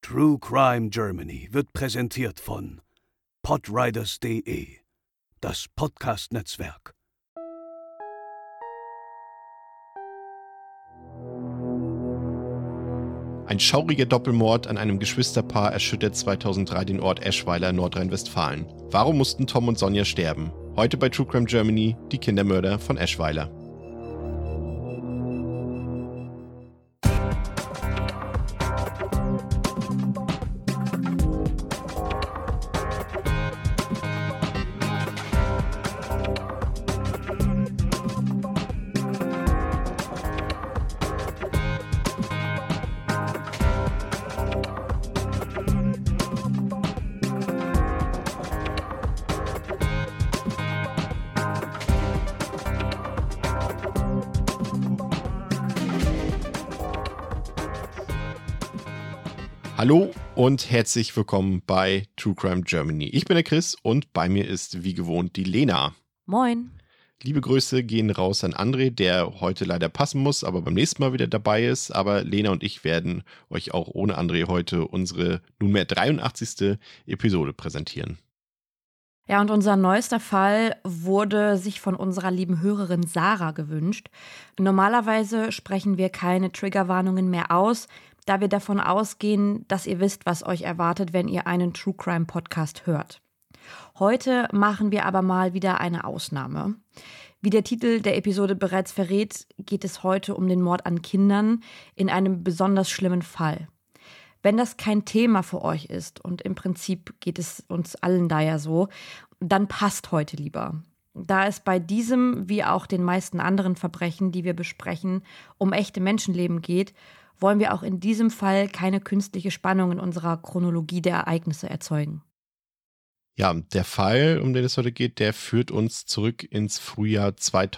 True Crime Germany wird präsentiert von podriders.de, das Podcast-Netzwerk. Ein schauriger Doppelmord an einem Geschwisterpaar erschüttert 2003 den Ort Eschweiler, Nordrhein-Westfalen. Warum mussten Tom und Sonja sterben? Heute bei True Crime Germany, die Kindermörder von Eschweiler. Hallo und herzlich willkommen bei True Crime Germany. Ich bin der Chris und bei mir ist wie gewohnt die Lena. Moin. Liebe Grüße gehen raus an André, der heute leider passen muss, aber beim nächsten Mal wieder dabei ist. Aber Lena und ich werden euch auch ohne André heute unsere nunmehr 83. Episode präsentieren. Ja, und unser neuester Fall wurde sich von unserer lieben Hörerin Sarah gewünscht. Normalerweise sprechen wir keine Triggerwarnungen mehr aus, da wir davon ausgehen, dass ihr wisst, was euch erwartet, wenn ihr einen True Crime Podcast hört. Heute machen wir aber mal wieder eine Ausnahme. Wie der Titel der Episode bereits verrät, geht es heute um den Mord an Kindern in einem besonders schlimmen Fall. Wenn das kein Thema für euch ist, und im Prinzip geht es uns allen da ja so, dann passt heute lieber. Da es bei diesem, wie auch den meisten anderen Verbrechen, die wir besprechen, um echte Menschenleben geht, wollen wir auch in diesem Fall keine künstliche Spannung in unserer Chronologie der Ereignisse erzeugen. Ja, der Fall, um den es heute geht, der führt uns zurück ins Frühjahr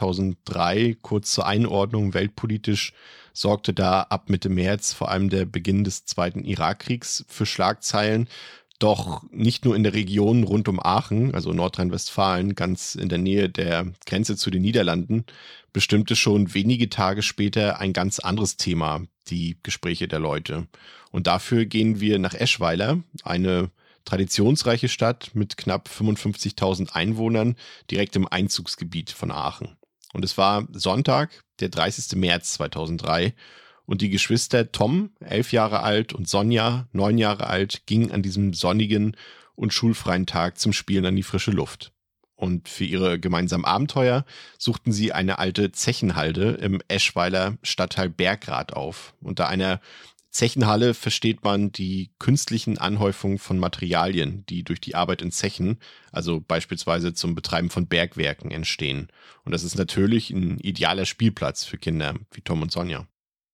2003. Kurz zur Einordnung, weltpolitisch sorgte da ab Mitte März vor allem der Beginn des Zweiten Irakkriegs für Schlagzeilen. Doch nicht nur in der Region rund um Aachen, also Nordrhein-Westfalen, ganz in der Nähe der Grenze zu den Niederlanden, bestimmte schon wenige Tage später ein ganz anderes Thema, die Gespräche der Leute. Und dafür gehen wir nach Eschweiler, eine traditionsreiche Stadt mit knapp 55.000 Einwohnern, direkt im Einzugsgebiet von Aachen. Und es war Sonntag, der 30. März 2003. Und die Geschwister Tom, 11 Jahre alt, und Sonja, 9 Jahre alt, gingen an diesem sonnigen und schulfreien Tag zum Spielen an die frische Luft. Und für ihre gemeinsamen Abenteuer suchten sie eine alte Zechenhalde im Eschweiler Stadtteil Bergrath auf. Unter einer Zechenhalle versteht man die künstlichen Anhäufungen von Materialien, die durch die Arbeit in Zechen, also beispielsweise zum Betreiben von Bergwerken, entstehen. Und das ist natürlich ein idealer Spielplatz für Kinder wie Tom und Sonja.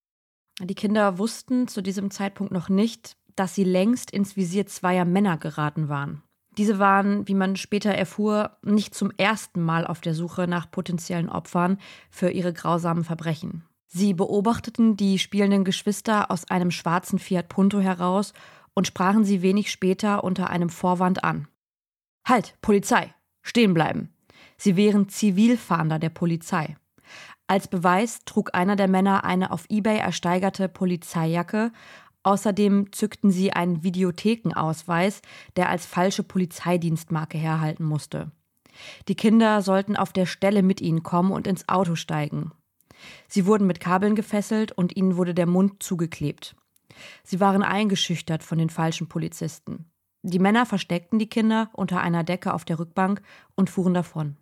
Die Kinder wussten zu diesem Zeitpunkt noch nicht, dass sie längst ins Visier zweier Männer geraten waren. Diese waren, wie man später erfuhr, nicht zum ersten Mal auf der Suche nach potenziellen Opfern für ihre grausamen Verbrechen. Sie beobachteten die spielenden Geschwister aus einem schwarzen Fiat Punto heraus und sprachen sie wenig später unter einem Vorwand an. Halt, Polizei, stehen bleiben. Sie wären Zivilfahnder der Polizei. Als Beweis trug einer der Männer eine auf eBay ersteigerte Polizeijacke. Außerdem zückten sie einen Videothekenausweis, der als falsche Polizeidienstmarke herhalten musste. Die Kinder sollten auf der Stelle mit ihnen kommen und ins Auto steigen. Sie wurden mit Kabeln gefesselt und ihnen wurde der Mund zugeklebt. Sie waren eingeschüchtert von den falschen Polizisten. Die Männer versteckten die Kinder unter einer Decke auf der Rückbank und fuhren davon.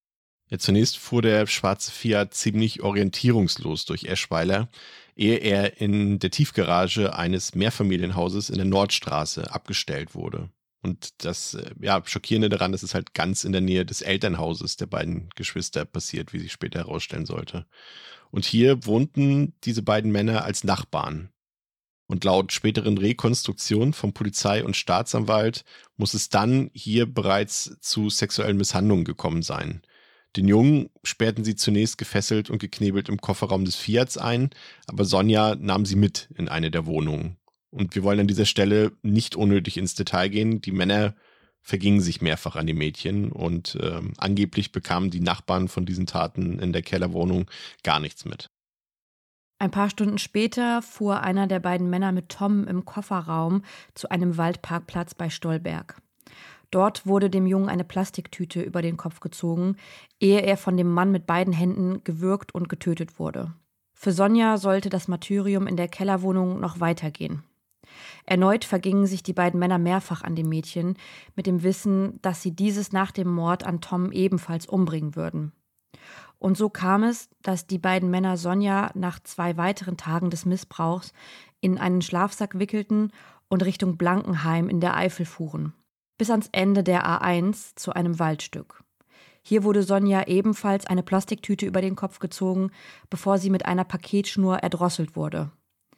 Ja, zunächst fuhr der schwarze Fiat ziemlich orientierungslos durch Eschweiler, ehe er in der Tiefgarage eines Mehrfamilienhauses in der Nordstraße abgestellt wurde. Und das Schockierende daran, das ist halt ganz in der Nähe des Elternhauses der beiden Geschwister passiert, wie sich später herausstellen sollte. Und hier wohnten diese beiden Männer als Nachbarn. Und laut späteren Rekonstruktionen von Polizei und Staatsanwalt muss es dann hier bereits zu sexuellen Misshandlungen gekommen sein. Den Jungen sperrten sie zunächst gefesselt und geknebelt im Kofferraum des Fiats ein, aber Sonja nahm sie mit in eine der Wohnungen. Und wir wollen an dieser Stelle nicht unnötig ins Detail gehen. Die Männer vergingen sich mehrfach an die Mädchen und angeblich bekamen die Nachbarn von diesen Taten in der Kellerwohnung gar nichts mit. Ein paar Stunden später fuhr einer der beiden Männer mit Tom im Kofferraum zu einem Waldparkplatz bei Stolberg. Dort wurde dem Jungen eine Plastiktüte über den Kopf gezogen, ehe er von dem Mann mit beiden Händen gewürgt und getötet wurde. Für Sonja sollte das Martyrium in der Kellerwohnung noch weitergehen. Erneut vergingen sich die beiden Männer mehrfach an dem Mädchen, mit dem Wissen, dass sie dieses nach dem Mord an Tom ebenfalls umbringen würden. Und so kam es, dass die beiden Männer Sonja nach 2 weiteren Tagen des Missbrauchs in einen Schlafsack wickelten und Richtung Blankenheim in der Eifel fuhren, bis ans Ende der A1 zu einem Waldstück. Hier wurde Sonja ebenfalls eine Plastiktüte über den Kopf gezogen, bevor sie mit einer Paketschnur erdrosselt wurde.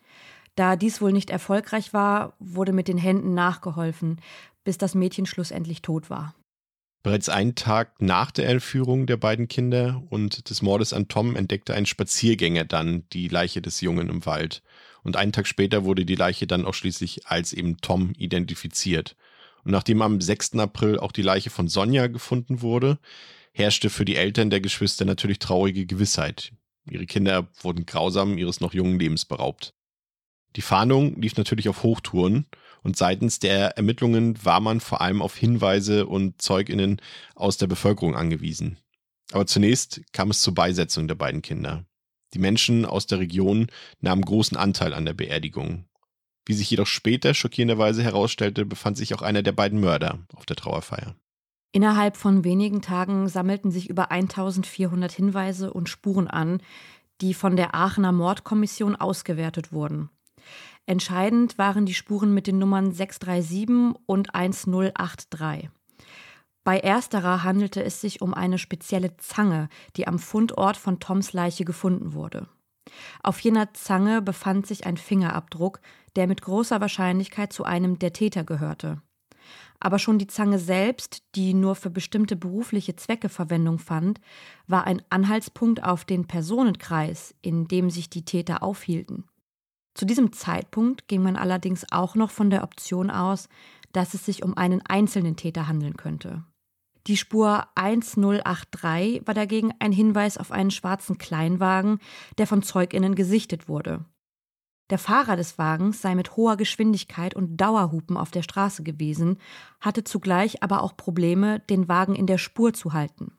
Da dies wohl nicht erfolgreich war, wurde mit den Händen nachgeholfen, bis das Mädchen schlussendlich tot war. Bereits einen Tag nach der Entführung der beiden Kinder und des Mordes an Tom entdeckte ein Spaziergänger dann die Leiche des Jungen im Wald. Und einen Tag später wurde die Leiche dann auch schließlich als eben Tom identifiziert. Und nachdem am 6. April auch die Leiche von Sonja gefunden wurde, herrschte für die Eltern der Geschwister natürlich traurige Gewissheit. Ihre Kinder wurden grausam ihres noch jungen Lebens beraubt. Die Fahndung lief natürlich auf Hochtouren und seitens der Ermittlungen war man vor allem auf Hinweise und ZeugInnen aus der Bevölkerung angewiesen. Aber zunächst kam es zur Beisetzung der beiden Kinder. Die Menschen aus der Region nahmen großen Anteil an der Beerdigung. Wie sich jedoch später schockierenderweise herausstellte, befand sich auch einer der beiden Mörder auf der Trauerfeier. Innerhalb von wenigen Tagen sammelten sich über 1400 Hinweise und Spuren an, die von der Aachener Mordkommission ausgewertet wurden. Entscheidend waren die Spuren mit den Nummern 637 und 1083. Bei ersterer handelte es sich um eine spezielle Zange, die am Fundort von Toms Leiche gefunden wurde. Auf jener Zange befand sich ein Fingerabdruck, der mit großer Wahrscheinlichkeit zu einem der Täter gehörte. Aber schon die Zange selbst, die nur für bestimmte berufliche Zwecke Verwendung fand, war ein Anhaltspunkt auf den Personenkreis, in dem sich die Täter aufhielten. Zu diesem Zeitpunkt ging man allerdings auch noch von der Option aus, dass es sich um einen einzelnen Täter handeln könnte. Die Spur 1083 war dagegen ein Hinweis auf einen schwarzen Kleinwagen, der von ZeugInnen gesichtet wurde. Der Fahrer des Wagens sei mit hoher Geschwindigkeit und Dauerhupen auf der Straße gewesen, hatte zugleich aber auch Probleme, den Wagen in der Spur zu halten.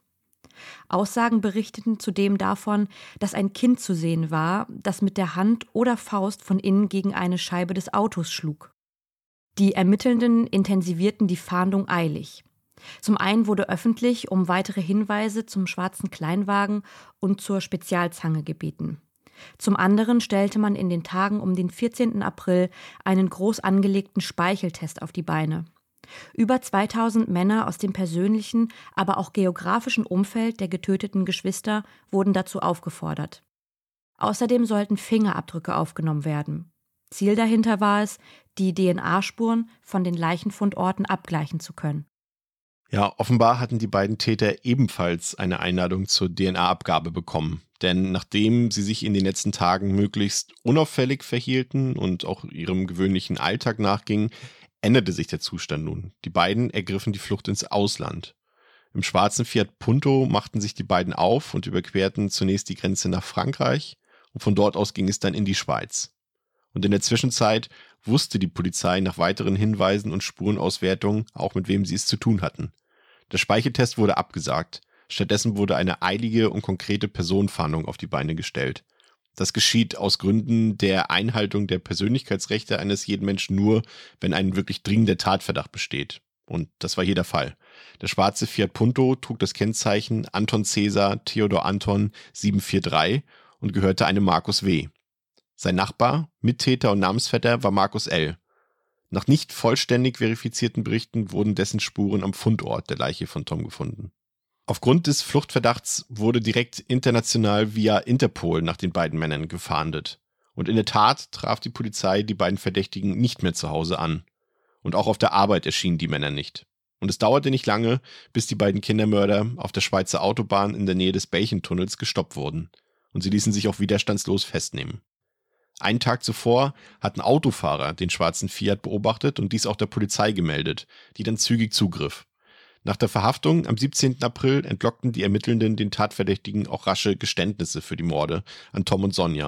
Aussagen berichteten zudem davon, dass ein Kind zu sehen war, das mit der Hand oder Faust von innen gegen eine Scheibe des Autos schlug. Die Ermittelnden intensivierten die Fahndung eilig. Zum einen wurde öffentlich um weitere Hinweise zum schwarzen Kleinwagen und zur Spezialzange gebeten. Zum anderen stellte man in den Tagen um den 14. April einen groß angelegten Speicheltest auf die Beine. Über 2000 Männer aus dem persönlichen, aber auch geografischen Umfeld der getöteten Geschwister wurden dazu aufgefordert. Außerdem sollten Fingerabdrücke aufgenommen werden. Ziel dahinter war es, die DNA-Spuren von den Leichenfundorten abgleichen zu können. Ja, offenbar hatten die beiden Täter ebenfalls eine Einladung zur DNA-Abgabe bekommen. Denn nachdem sie sich in den letzten Tagen möglichst unauffällig verhielten und auch ihrem gewöhnlichen Alltag nachgingen, änderte sich der Zustand nun. Die beiden ergriffen die Flucht ins Ausland. Im schwarzen Fiat Punto machten sich die beiden auf und überquerten zunächst die Grenze nach Frankreich und von dort aus ging es dann in die Schweiz. Und in der Zwischenzeit wusste die Polizei nach weiteren Hinweisen und Spurenauswertungen auch, mit wem sie es zu tun hatten. Der Speicheltest wurde abgesagt. Stattdessen wurde eine eilige und konkrete Personenfahndung auf die Beine gestellt. Das geschieht aus Gründen der Einhaltung der Persönlichkeitsrechte eines jeden Menschen nur, wenn ein wirklich dringender Tatverdacht besteht. Und das war hier der Fall. Der schwarze Fiat Punto trug das Kennzeichen Anton Cäsar Theodor Anton 743 und gehörte einem Markus W. Sein Nachbar, Mittäter und Namensvetter war Markus L. Nach nicht vollständig verifizierten Berichten wurden dessen Spuren am Fundort der Leiche von Tom gefunden. Aufgrund des Fluchtverdachts wurde direkt international via Interpol nach den beiden Männern gefahndet. Und in der Tat traf die Polizei die beiden Verdächtigen nicht mehr zu Hause an. Und auch auf der Arbeit erschienen die Männer nicht. Und es dauerte nicht lange, bis die beiden Kindermörder auf der Schweizer Autobahn in der Nähe des Belchentunnels gestoppt wurden. Und sie ließen sich auch widerstandslos festnehmen. Einen Tag zuvor hatten Autofahrer den schwarzen Fiat beobachtet und dies auch der Polizei gemeldet, die dann zügig zugriff. Nach der Verhaftung am 17. April entlockten die Ermittelnden den Tatverdächtigen auch rasche Geständnisse für die Morde an Tom und Sonja.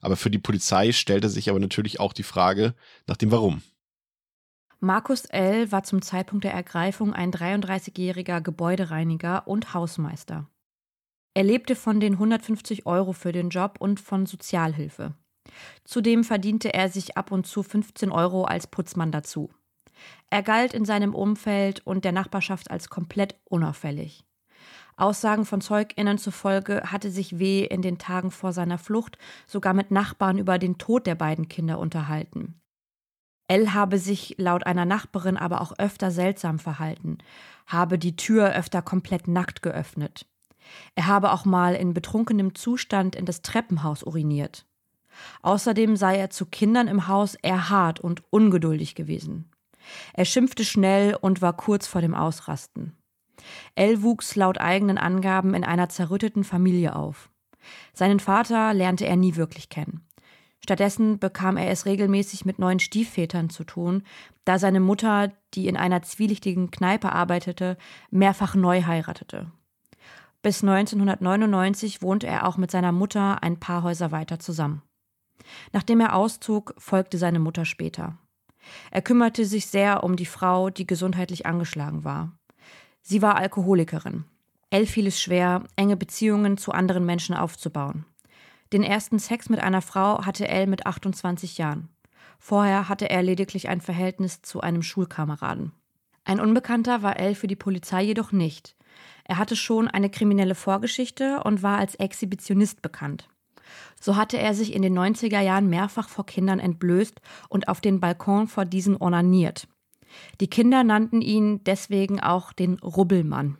Aber für die Polizei stellte sich aber natürlich auch die Frage nach dem Warum. Markus L. war zum Zeitpunkt der Ergreifung ein 33-jähriger Gebäudereiniger und Hausmeister. Er lebte von den 150 € für den Job und von Sozialhilfe. Zudem verdiente er sich ab und zu 15 € als Putzmann dazu. Er galt in seinem Umfeld und der Nachbarschaft als komplett unauffällig. Aussagen von ZeugInnen zufolge hatte sich W. in den Tagen vor seiner Flucht sogar mit Nachbarn über den Tod der beiden Kinder unterhalten. L. habe sich laut einer Nachbarin aber auch öfter seltsam verhalten, habe die Tür öfter komplett nackt geöffnet. Er habe auch mal in betrunkenem Zustand in das Treppenhaus uriniert. Außerdem sei er zu Kindern im Haus eher hart und ungeduldig gewesen. Er schimpfte schnell und war kurz vor dem Ausrasten. L. wuchs laut eigenen Angaben in einer zerrütteten Familie auf. Seinen Vater lernte er nie wirklich kennen. Stattdessen bekam er es regelmäßig mit neuen Stiefvätern zu tun, da seine Mutter, die in einer zwielichtigen Kneipe arbeitete, mehrfach neu heiratete. Bis 1999 wohnte er auch mit seiner Mutter ein paar Häuser weiter zusammen. Nachdem er auszog, folgte seine Mutter später. Er kümmerte sich sehr um die Frau, die gesundheitlich angeschlagen war. Sie war Alkoholikerin. L. fiel es schwer, enge Beziehungen zu anderen Menschen aufzubauen. Den ersten Sex mit einer Frau hatte L. mit 28 Jahren. Vorher hatte er lediglich ein Verhältnis zu einem Schulkameraden. Ein Unbekannter war L. für die Polizei jedoch nicht. Er hatte schon eine kriminelle Vorgeschichte und war als Exhibitionist bekannt. So hatte er sich in den 90er Jahren mehrfach vor Kindern entblößt und auf den Balkon vor diesen ornaniert. Die Kinder nannten ihn deswegen auch den Rubbelmann.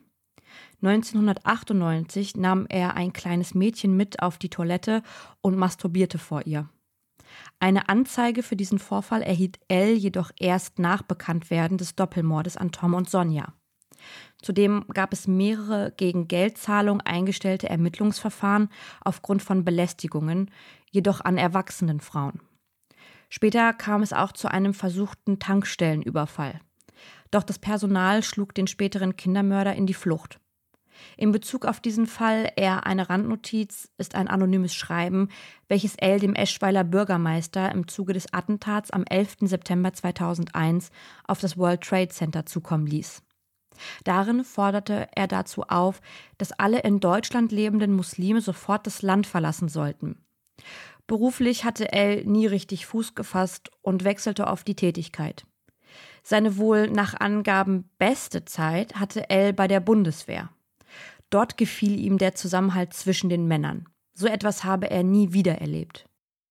1998 nahm er ein kleines Mädchen mit auf die Toilette und masturbierte vor ihr. Eine Anzeige für diesen Vorfall erhielt L. jedoch erst nach Bekanntwerden des Doppelmordes an Tom und Sonja. Zudem gab es mehrere gegen Geldzahlung eingestellte Ermittlungsverfahren aufgrund von Belästigungen, jedoch an erwachsenen Frauen. Später kam es auch zu einem versuchten Tankstellenüberfall. Doch das Personal schlug den späteren Kindermörder in die Flucht. In Bezug auf diesen Fall eher eine Randnotiz ist ein anonymes Schreiben, welches L. dem Eschweiler Bürgermeister im Zuge des Attentats am 11. September 2001 auf das World Trade Center zukommen ließ. Darin forderte er dazu auf, dass alle in Deutschland lebenden Muslime sofort das Land verlassen sollten. Beruflich hatte L. nie richtig Fuß gefasst und wechselte oft die Tätigkeit. Seine wohl nach Angaben beste Zeit hatte L. bei der Bundeswehr. Dort gefiel ihm der Zusammenhalt zwischen den Männern. So etwas habe er nie wieder erlebt.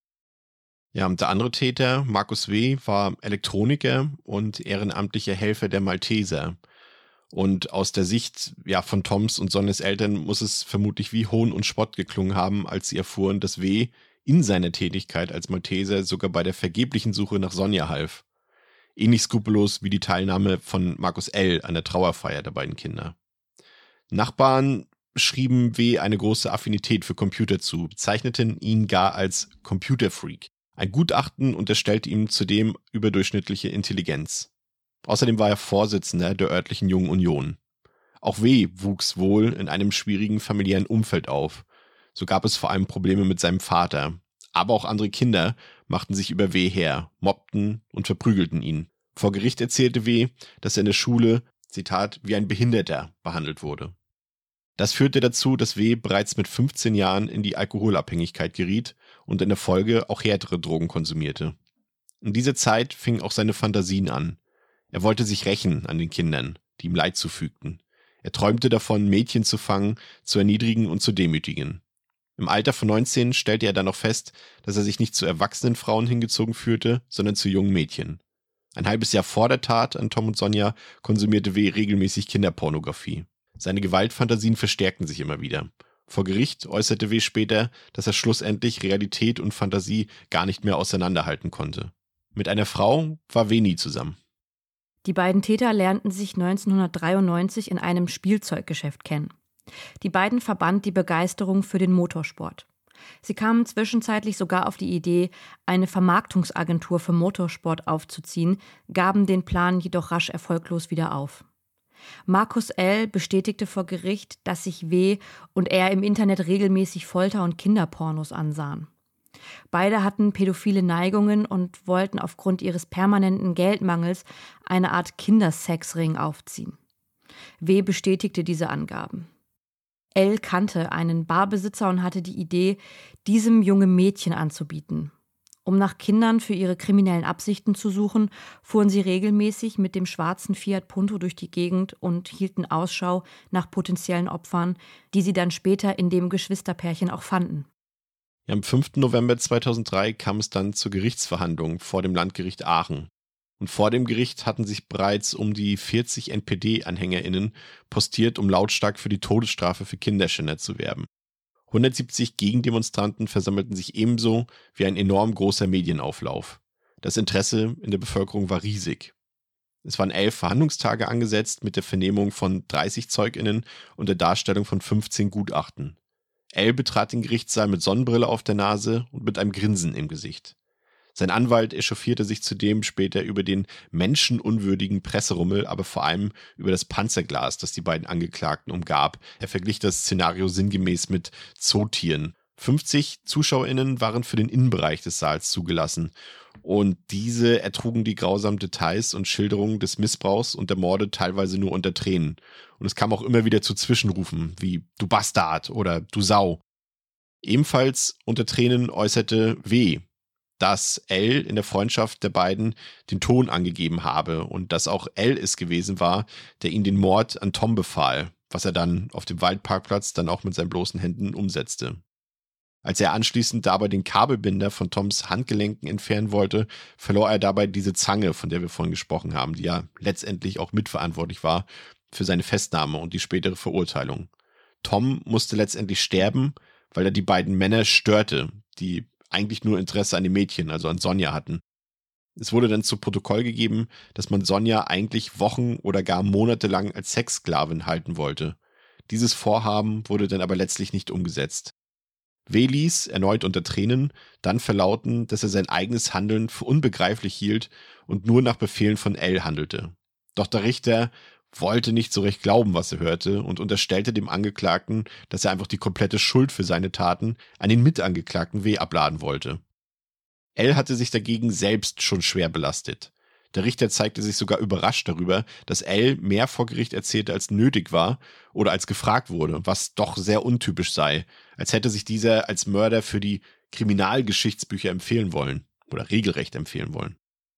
Ja, und der andere Täter, Markus W., war Elektroniker und ehrenamtlicher Helfer der Malteser. Und aus der Sicht von Toms und Sonjas Eltern muss es vermutlich wie Hohn und Spott geklungen haben, als sie erfuhren, dass W. in seiner Tätigkeit als Malteser sogar bei der vergeblichen Suche nach Sonja half. Ähnlich skrupellos wie die Teilnahme von Markus L. an der Trauerfeier der beiden Kinder. Nachbarn schrieben W. eine große Affinität für Computer zu, bezeichneten ihn gar als Computerfreak. Ein Gutachten unterstellte ihm zudem überdurchschnittliche Intelligenz. Außerdem war er Vorsitzender der örtlichen Jungen Union. Auch W. wuchs wohl in einem schwierigen familiären Umfeld auf. So gab es vor allem Probleme mit seinem Vater. Aber auch andere Kinder machten sich über W. her, mobbten und verprügelten ihn. Vor Gericht erzählte W., dass er in der Schule, Zitat, wie ein Behinderter behandelt wurde. Das führte dazu, dass W. bereits mit 15 Jahren in die Alkoholabhängigkeit geriet und in der Folge auch härtere Drogen konsumierte. In dieser Zeit fingen auch seine Fantasien an. Er wollte sich rächen an den Kindern, die ihm Leid zufügten. Er träumte davon, Mädchen zu fangen, zu erniedrigen und zu demütigen. Im Alter von 19 stellte er dann noch fest, dass er sich nicht zu erwachsenen Frauen hingezogen fühlte, sondern zu jungen Mädchen. Ein halbes Jahr vor der Tat an Tom und Sonja konsumierte W. regelmäßig Kinderpornografie. Seine Gewaltfantasien verstärkten sich immer wieder. Vor Gericht äußerte W. später, dass er schlussendlich Realität und Fantasie gar nicht mehr auseinanderhalten konnte. Mit einer Frau war W. nie zusammen. Die beiden Täter lernten sich 1993 in einem Spielzeuggeschäft kennen. Die beiden verband die Begeisterung für den Motorsport. Sie kamen zwischenzeitlich sogar auf die Idee, eine Vermarktungsagentur für Motorsport aufzuziehen, gaben den Plan jedoch rasch erfolglos wieder auf. Markus L. bestätigte vor Gericht, dass sich W. und er im Internet regelmäßig Folter- und Kinderpornos ansahen. Beide hatten pädophile Neigungen und wollten aufgrund ihres permanenten Geldmangels eine Art Kindersexring aufziehen. W. bestätigte diese Angaben. L. kannte einen Barbesitzer und hatte die Idee, diesem junge Mädchen anzubieten. Um nach Kindern für ihre kriminellen Absichten zu suchen, fuhren sie regelmäßig mit dem schwarzen Fiat Punto durch die Gegend und hielten Ausschau nach potenziellen Opfern, die sie dann später in dem Geschwisterpärchen auch fanden. Am 5. November 2003 kam es dann zur Gerichtsverhandlung vor dem Landgericht Aachen. Und vor dem Gericht hatten sich bereits um die 40 NPD-AnhängerInnen postiert, um lautstark für die Todesstrafe für Kinderschänder zu werben. 170 Gegendemonstranten versammelten sich ebenso wie ein enorm großer Medienauflauf. Das Interesse in der Bevölkerung war riesig. Es waren 11 Verhandlungstage angesetzt mit der Vernehmung von 30 ZeugInnen und der Darstellung von 15 Gutachten. L. betrat den Gerichtssaal mit Sonnenbrille auf der Nase und mit einem Grinsen im Gesicht. Sein Anwalt echauffierte sich zudem später über den menschenunwürdigen Presserummel, aber vor allem über das Panzerglas, das die beiden Angeklagten umgab. Er verglich das Szenario sinngemäß mit Zootieren. 50 ZuschauerInnen waren für den Innenbereich des Saals zugelassen. Und diese ertrugen die grausamen Details und Schilderungen des Missbrauchs und der Morde teilweise nur unter Tränen. Und es kam auch immer wieder zu Zwischenrufen wie „Du Bastard" oder „Du Sau". Ebenfalls unter Tränen äußerte W., dass L. in der Freundschaft der beiden den Ton angegeben habe und dass auch L. es gewesen war, der ihn den Mord an Tom befahl, was er dann auf dem Waldparkplatz dann auch mit seinen bloßen Händen umsetzte. Als er anschließend dabei den Kabelbinder von Toms Handgelenken entfernen wollte, verlor er dabei diese Zange, von der wir vorhin gesprochen haben, die ja letztendlich auch mitverantwortlich war für seine Festnahme und die spätere Verurteilung. Tom musste letztendlich sterben, weil er die beiden Männer störte, die eigentlich nur Interesse an dem Mädchen, also an Sonja hatten. Es wurde dann zu Protokoll gegeben, dass man Sonja eigentlich Wochen oder gar Monate lang als Sexsklavin halten wollte. Dieses Vorhaben wurde dann aber letztlich nicht umgesetzt. W. ließ, erneut unter Tränen, dann verlauten, dass er sein eigenes Handeln für unbegreiflich hielt und nur nach Befehlen von L. handelte. Doch der Richter wollte nicht so recht glauben, was er hörte, und unterstellte dem Angeklagten, dass er einfach die komplette Schuld für seine Taten an den Mitangeklagten W. abladen wollte. L. hatte sich dagegen selbst schon schwer belastet. Der Richter zeigte sich sogar überrascht darüber, dass L. mehr vor Gericht erzählte, als nötig war oder als gefragt wurde, was doch sehr untypisch sei, als hätte sich dieser als Mörder für die Kriminalgeschichtsbücher empfehlen wollen oder regelrecht empfehlen wollen.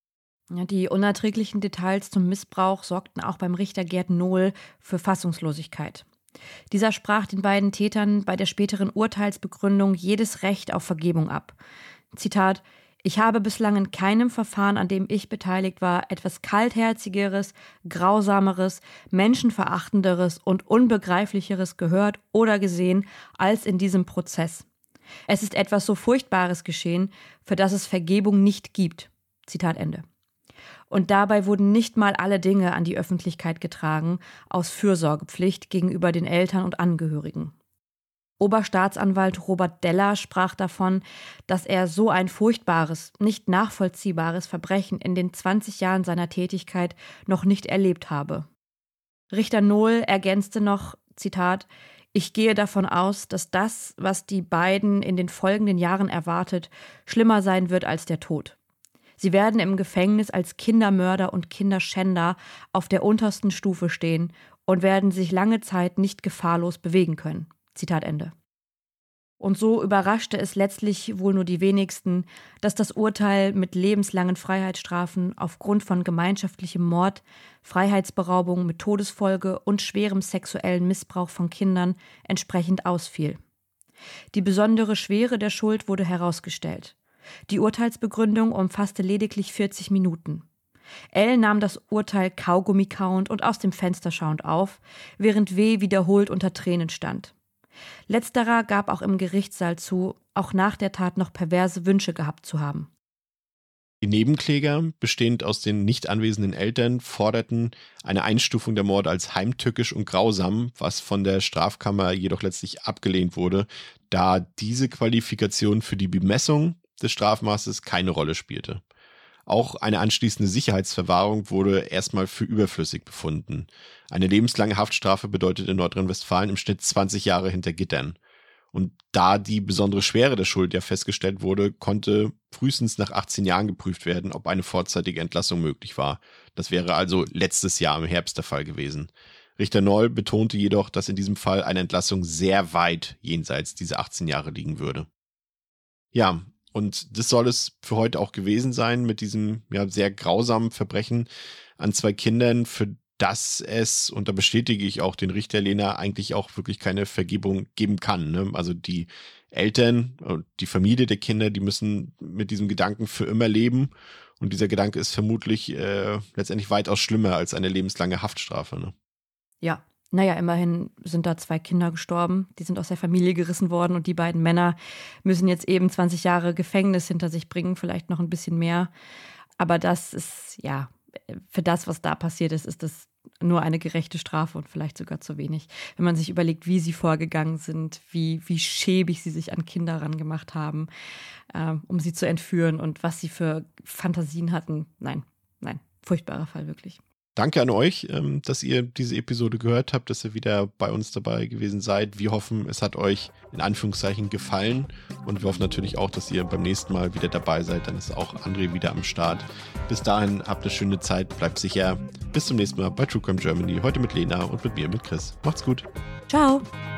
Ja, die unerträglichen Details zum Missbrauch sorgten auch beim Richter Gerd Nohl für Fassungslosigkeit. Dieser sprach den beiden Tätern bei der späteren Urteilsbegründung jedes Recht auf Vergebung ab. Zitat: „Ich habe bislang in keinem Verfahren, an dem ich beteiligt war, etwas Kaltherzigeres, Grausameres, Menschenverachtenderes und Unbegreiflicheres gehört oder gesehen als in diesem Prozess. Es ist etwas so Furchtbares geschehen, für das es Vergebung nicht gibt." Zitat Ende. Und dabei wurden nicht mal alle Dinge an die Öffentlichkeit getragen, aus Fürsorgepflicht gegenüber den Eltern und Angehörigen. Oberstaatsanwalt Robert Deller sprach davon, dass er so ein furchtbares, nicht nachvollziehbares Verbrechen in den 20 Jahren seiner Tätigkeit noch nicht erlebt habe. Richter Nohl ergänzte noch, Zitat: „Ich gehe davon aus, dass das, was die beiden in den folgenden Jahren erwartet, schlimmer sein wird als der Tod. Sie werden im Gefängnis als Kindermörder und Kinderschänder auf der untersten Stufe stehen und werden sich lange Zeit nicht gefahrlos bewegen können." Zitat Ende. Und so überraschte es letztlich wohl nur die wenigsten, dass das Urteil mit lebenslangen Freiheitsstrafen aufgrund von gemeinschaftlichem Mord, Freiheitsberaubung mit Todesfolge und schwerem sexuellen Missbrauch von Kindern entsprechend ausfiel. Die besondere Schwere der Schuld wurde herausgestellt. Die Urteilsbegründung umfasste lediglich 40 Minuten. L. nahm das Urteil kaugummikauend und aus dem Fenster schauend auf, während W. wiederholt unter Tränen stand. Letzterer gab auch im Gerichtssaal zu, auch nach der Tat noch perverse Wünsche gehabt zu haben. Die Nebenkläger, bestehend aus den nicht anwesenden Eltern, forderten eine Einstufung der Morde als heimtückisch und grausam, was von der Strafkammer jedoch letztlich abgelehnt wurde, da diese Qualifikation für die Bemessung des Strafmaßes keine Rolle spielte. Auch eine anschließende Sicherheitsverwahrung wurde erstmal für überflüssig befunden. Eine lebenslange Haftstrafe bedeutet in Nordrhein-Westfalen im Schnitt 20 Jahre hinter Gittern. Und da die besondere Schwere der Schuld ja festgestellt wurde, konnte frühestens nach 18 Jahren geprüft werden, ob eine vorzeitige Entlassung möglich war. Das wäre also letztes Jahr im Herbst der Fall gewesen. Richter Noll betonte jedoch, dass in diesem Fall eine Entlassung sehr weit jenseits dieser 18 Jahre liegen würde. Ja, und das soll es für heute auch gewesen sein mit diesem sehr grausamen Verbrechen an 2 Kindern, für das es, und da bestätige ich auch den Richter Lehner, eigentlich auch wirklich keine Vergebung geben kann. Ne? Also die Eltern und die Familie der Kinder, die müssen mit diesem Gedanken für immer leben. Und dieser Gedanke ist vermutlich letztendlich weitaus schlimmer als eine lebenslange Haftstrafe. Ne? Ja, naja, immerhin sind da 2 Kinder gestorben. Die sind aus der Familie gerissen worden und die beiden Männer müssen jetzt eben 20 Jahre Gefängnis hinter sich bringen, vielleicht noch ein bisschen mehr. Aber das ist, für das, was da passiert ist, ist das nur eine gerechte Strafe und vielleicht sogar zu wenig. Wenn man sich überlegt, wie sie vorgegangen sind, wie schäbig sie sich an Kinder rangemacht haben, um sie zu entführen und was sie für Fantasien hatten. Nein, furchtbarer Fall wirklich. Danke an euch, dass ihr diese Episode gehört habt, dass ihr wieder bei uns dabei gewesen seid. Wir hoffen, es hat euch in Anführungszeichen gefallen und wir hoffen natürlich auch, dass ihr beim nächsten Mal wieder dabei seid. Dann ist auch André wieder am Start. Bis dahin, habt eine schöne Zeit, bleibt sicher. Bis zum nächsten Mal bei True Crime Germany. Heute mit Lena und mit mir, mit Chris. Macht's gut. Ciao.